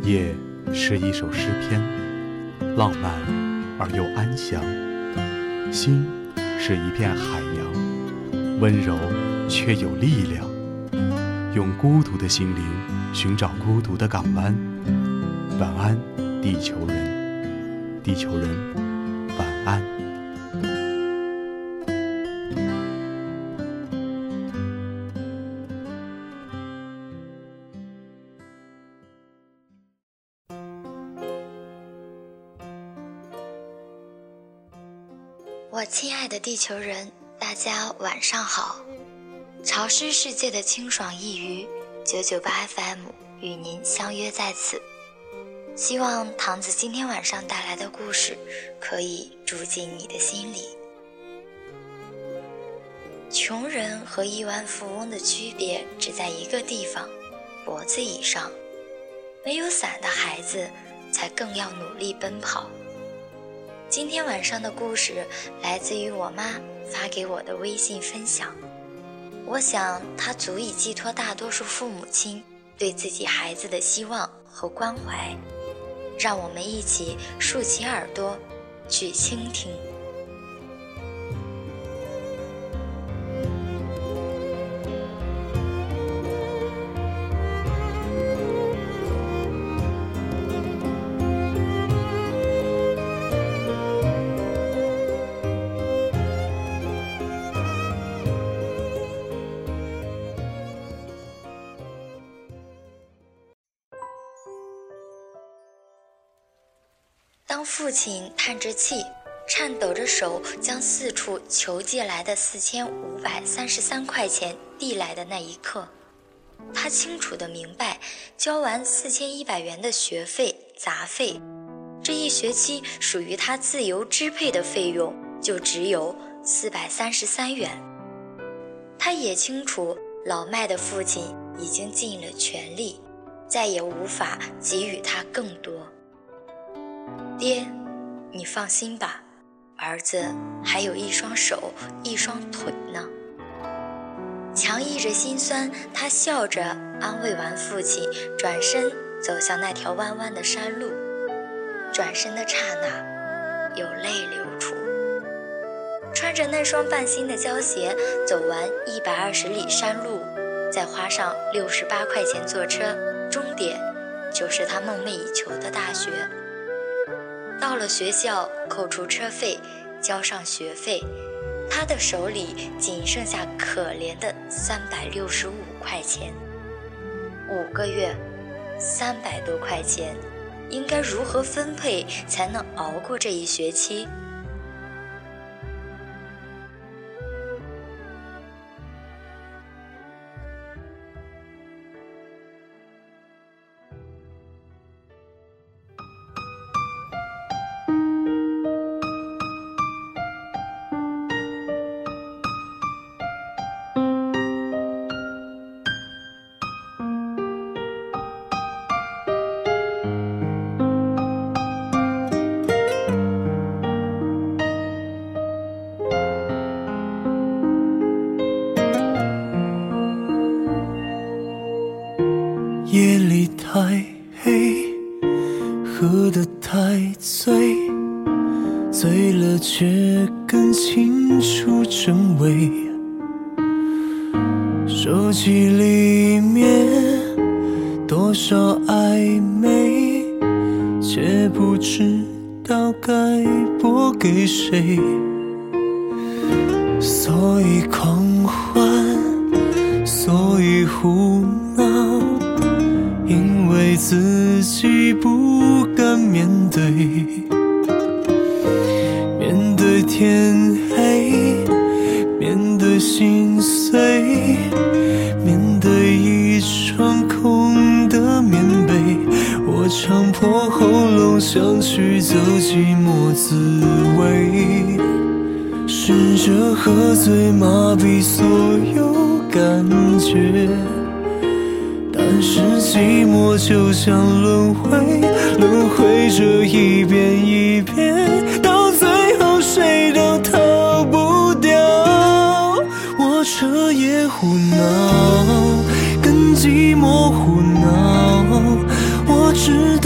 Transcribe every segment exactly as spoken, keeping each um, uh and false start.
夜是一首诗篇，浪漫而又安详；心是一片海洋，温柔却有力量。用孤独的心灵寻找孤独的港湾。晚安，地球人，地球人，晚安。 我亲爱的地球人，大家晚上好。潮湿世界的清爽一隅，九九八 F M 与您相约在此。希望堂子今天晚上带来的故事可以住进你的心里。穷人和亿万富翁的区别只在一个地方，脖子以上。没有伞的孩子才更要努力奔跑。今天晚上的故事来自于我妈发给我的微信分享，我想它足以寄托大多数父母亲对自己孩子的希望和关怀，让我们一起竖起耳朵去倾听。当父亲叹着气，颤抖着手将四处求借来的四千五百三十三块钱递来的那一刻，他清楚地明白，交完四千一百元的学费杂费，这一学期属于他自由支配的费用就只有四百三十三元。他也清楚，老迈的父亲已经尽了全力，再也无法给予他更多。爹，你放心吧，儿子还有一双手一双腿呢。强抑着心酸，他笑着安慰完父亲，转身走向那条弯弯的山路。转身的刹那，有泪流出。穿着那双半新的胶鞋，走完一百二十里山路，再花上六十八块钱坐车，终点就是他梦寐以求的大学。到了学校，扣除车费，交上学费，他的手里仅剩下可怜的三百六十五块钱。五个月，三百多块钱，应该如何分配才能熬过这一学期？ 夜里太黑，喝得太醉，醉了却更清楚真伪。手机里面多少暧昧，却不知道该拨给谁。所以狂欢，所以胡闹，因为自己不敢面对，面对天黑，面对心碎，面对一床空的棉被，我强迫喉咙想去走寂寞滋味，试着喝醉麻痹所有感觉，但是寂寞就像轮回，轮回着一遍一遍，到最后谁都逃不掉。我彻夜胡闹，跟寂寞胡闹，我知道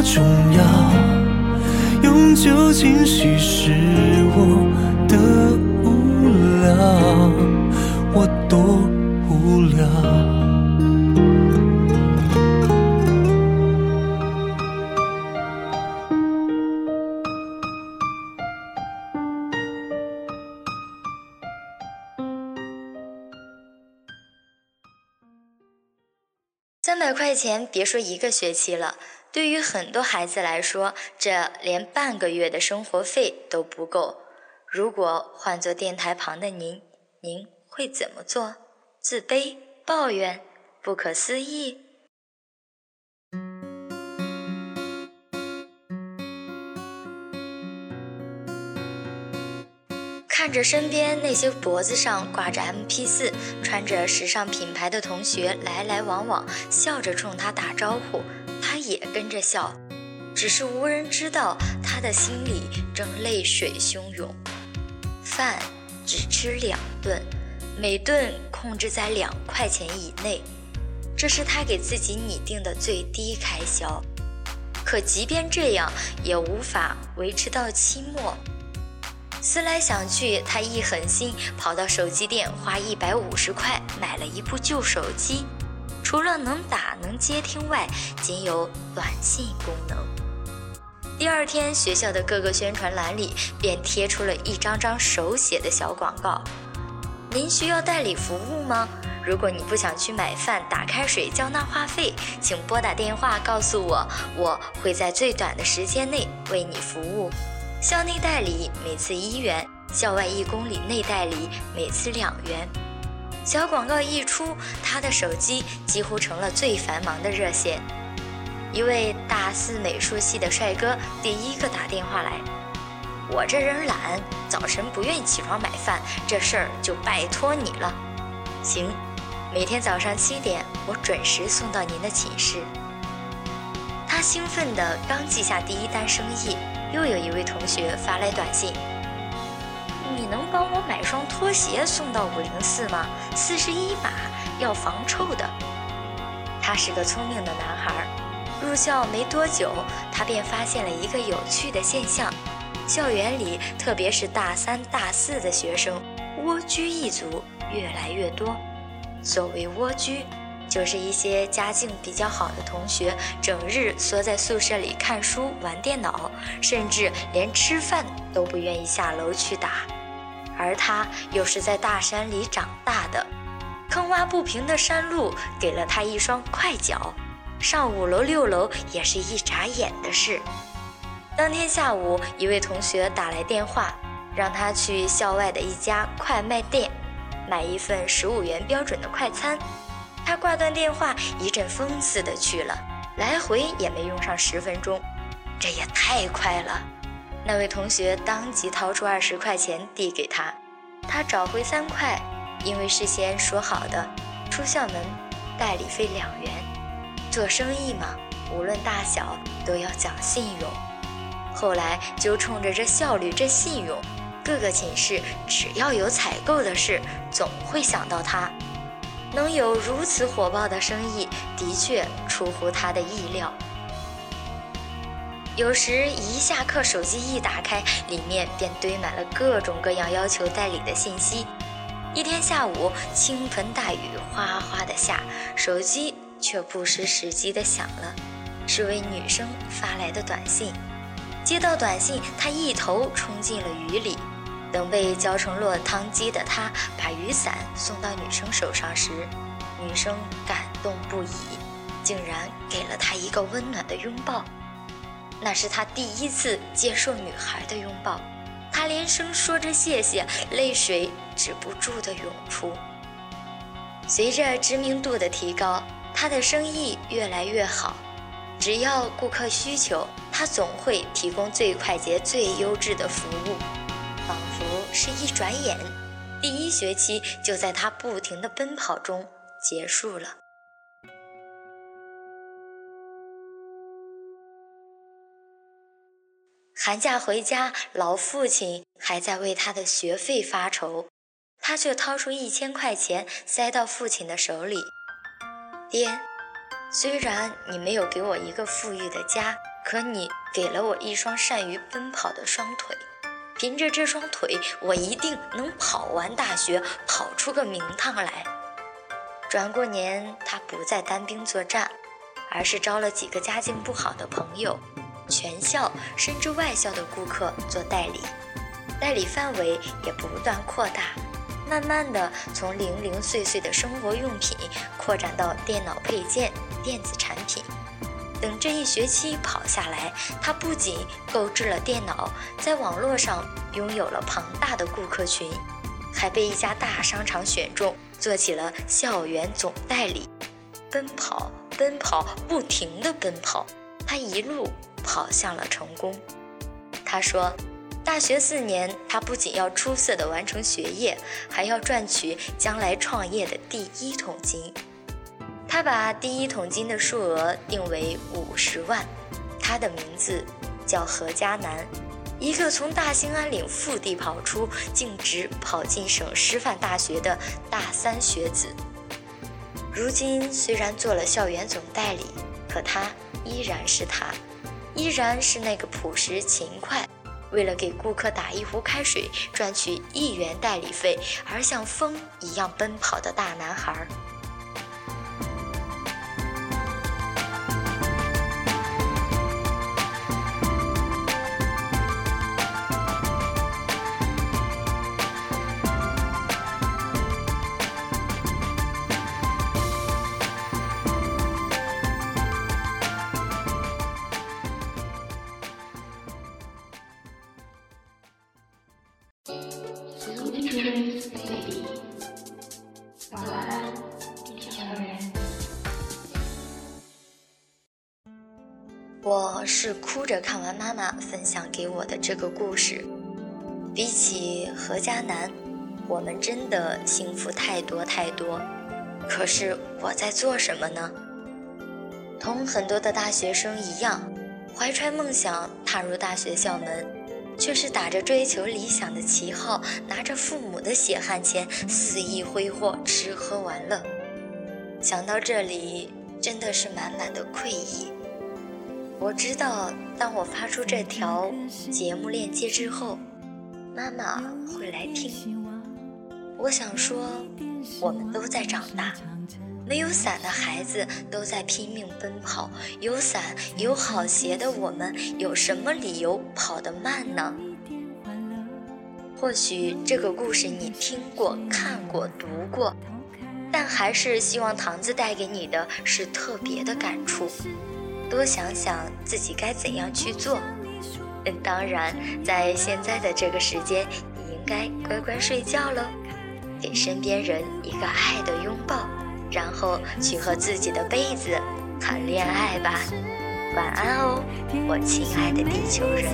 重要，用酒精稀释我的无聊，我多无聊。 三百块钱别说一个学期了，对于很多孩子来说，这连半个月的生活费都不够。如果换做电台旁的您，您会怎么做？自卑、抱怨、不可思议？看着身边那些脖子上挂着 M P 四、穿着时尚品牌的同学来来往往，笑着冲他打招呼，他也跟着笑，只是无人知道他的心里正泪水汹涌。饭只吃两顿，每顿控制在两块钱以内，这是他给自己拟定的最低开销。可即便这样，也无法维持到期末。思来想去，他一狠心跑到手机店，花一百五十块买了一部旧手机，除了能打能接听外，仅有短信功能。第二天，学校的各个宣传栏里便贴出了一张张手写的小广告：您需要代理服务吗？如果你不想去买饭、打开水、交纳话费，请拨打电话告诉我，我会在最短的时间内为你服务。校内代理每次一元，校外一公里内代理每次两元。小广告一出，他的手机几乎成了最繁忙的热线。一位大四美术系的帅哥第一个打电话来：我这人懒，早晨不愿意起床买饭，这事儿就拜托你了。行，每天早上七点，我准时送到您的寝室。他兴奋地刚记下第一单生意，又有一位同学发来短信：你能帮我买双拖鞋送到五零四吗？四十一码，要防臭的。他是个聪明的男孩，入校没多久，他便发现了一个有趣的现象：校园里，特别是大三、大四的学生，蜗居一族越来越多。所谓蜗居，就是一些家境比较好的同学，整日缩在宿舍里看书、玩电脑，甚至连吃饭都不愿意下楼去打。而他又是在大山里长大的，坑洼不平的山路给了他一双快脚，上五楼六楼也是一眨眼的事。当天下午，一位同学打来电话，让他去校外的一家快卖店买一份十五元标准的快餐。他挂断电话，一阵风似的去了，来回也没用上十分钟，这也太快了。那位同学当即掏出二十块钱递给他，他找回三块，因为事先说好的，出校门代理费两元。做生意嘛，无论大小都要讲信用。后来就冲着这效率、这信用，各个寝室只要有采购的事，总会想到他。能有如此火爆的生意，的确出乎他的意料。有时一下课，手机一打开，里面便堆满了各种各样要求代理的信息。一天下午，倾盆大雨哗哗的下，手机却不失时机的响了，是位女生发来的短信。接到短信，他一头冲进了雨里。等被浇成落汤鸡的他把雨伞送到女生手上时，女生感动不已，竟然给了他一个温暖的拥抱。那是他第一次接受女孩的拥抱，他连声说着谢谢，泪水止不住地涌出。随着知名度的提高，他的生意越来越好，只要顾客需求，他总会提供最快捷、最优质的服务。仿佛是一转眼，第一学期就在他不停的奔跑中结束了。寒假回家，老父亲还在为他的学费发愁，他却掏出一千块钱塞到父亲的手里。爹，虽然你没有给我一个富裕的家， 可你给了我一双善于奔跑的双腿，凭着这双腿，我一定能跑完大学，跑出个名堂来。转过年，他不再单兵作战，而是招了几个家境不好的朋友，全校甚至外校的顾客做代理，代理范围也不断扩大，慢慢的从零零碎碎的生活用品扩展到电脑配件、电子产品。等这一学期跑下来，他不仅购置了电脑，在网络上拥有了庞大的顾客群，还被一家大商场选中，做起了校园总代理。奔跑奔跑不停地奔跑，他一路跑向了成功。他说，大学四年，他不仅要出色地完成学业，还要赚取将来创业的第一桶金。他把第一桶金的数额定为五十万，他的名字叫何嘉南，一个从大兴安岭腹地跑出，径直跑进省师范大学的大三学子。如今虽然做了校园总代理，可他依然是他，依然是那个朴实勤快，为了给顾客打一壶开水赚取一元代理费而像风一样奔跑的大男孩。我是哭着看完妈妈分享给我的这个故事。比起何嘉南，我们真的幸福太多太多。可是我在做什么呢？同很多的大学生一样，怀揣梦想踏入大学校门，却是打着追求理想的旗号，拿着父母的血汗钱肆意挥霍，吃喝玩乐。想到这里，真的是满满的愧意。我知道，当我发出这条节目链接之后，妈妈会来听。我想说，我们都在长大，没有伞的孩子都在拼命奔跑，有伞有好鞋的我们，有什么理由跑得慢呢？或许这个故事你听过、看过、读过，但还是希望堂子带给你的是特别的感触。多想想自己该怎样去做。当然，在现在的这个时间，你应该乖乖睡觉了，给身边人一个爱的拥抱，然后去和自己的被子谈恋爱吧。晚安哦，我亲爱的地球人。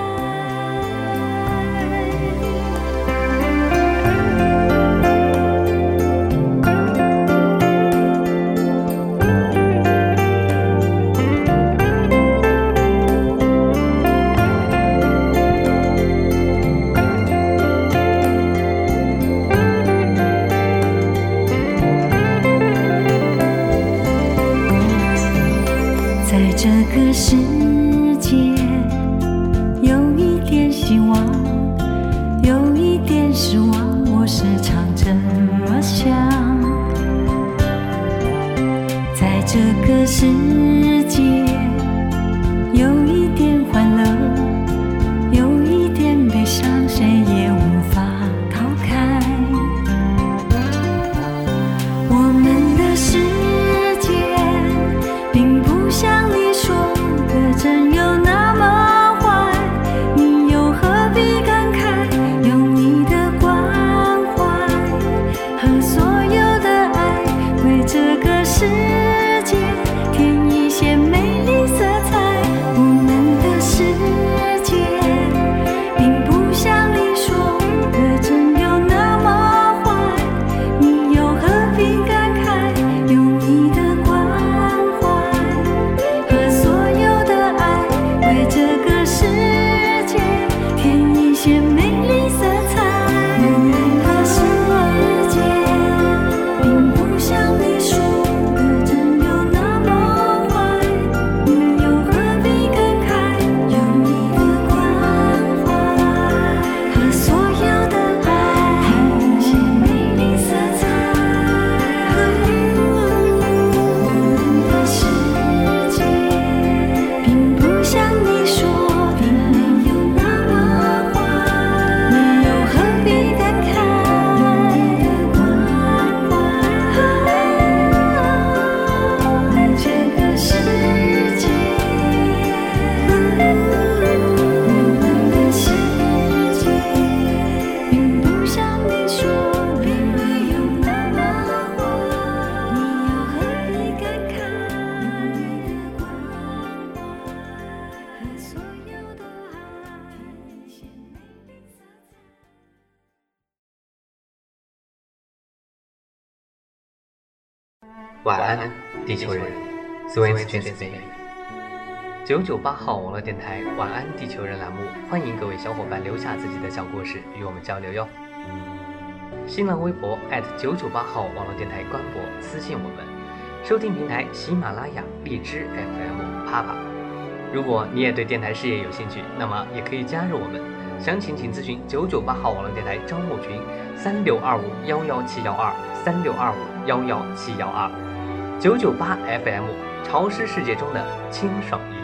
这个世界有一点希望，有一点失望，我时常这么想。在这个世界有一点欢乐，有一点悲伤，谁也无法逃开。我们的世界并不像你说的真有那么坏，你又何必感慨？用你的关怀和所有的爱，为这个世界添晚安，地球人。Science Translate。九九八号网络电台晚安地球人栏目，欢迎各位小伙伴留下自己的小故事与我们交流哟。新浪微博 at 九九八号网络电台官博私信我们，收听平台喜马拉雅、荔枝 F M、啪啪。如果你也对电台事业有兴趣，那么也可以加入我们，详情请咨询九九八号网络电台招募群三六二五幺幺七幺二三六二五幺幺七幺二。九九八 F M， 潮湿世界中的清爽音。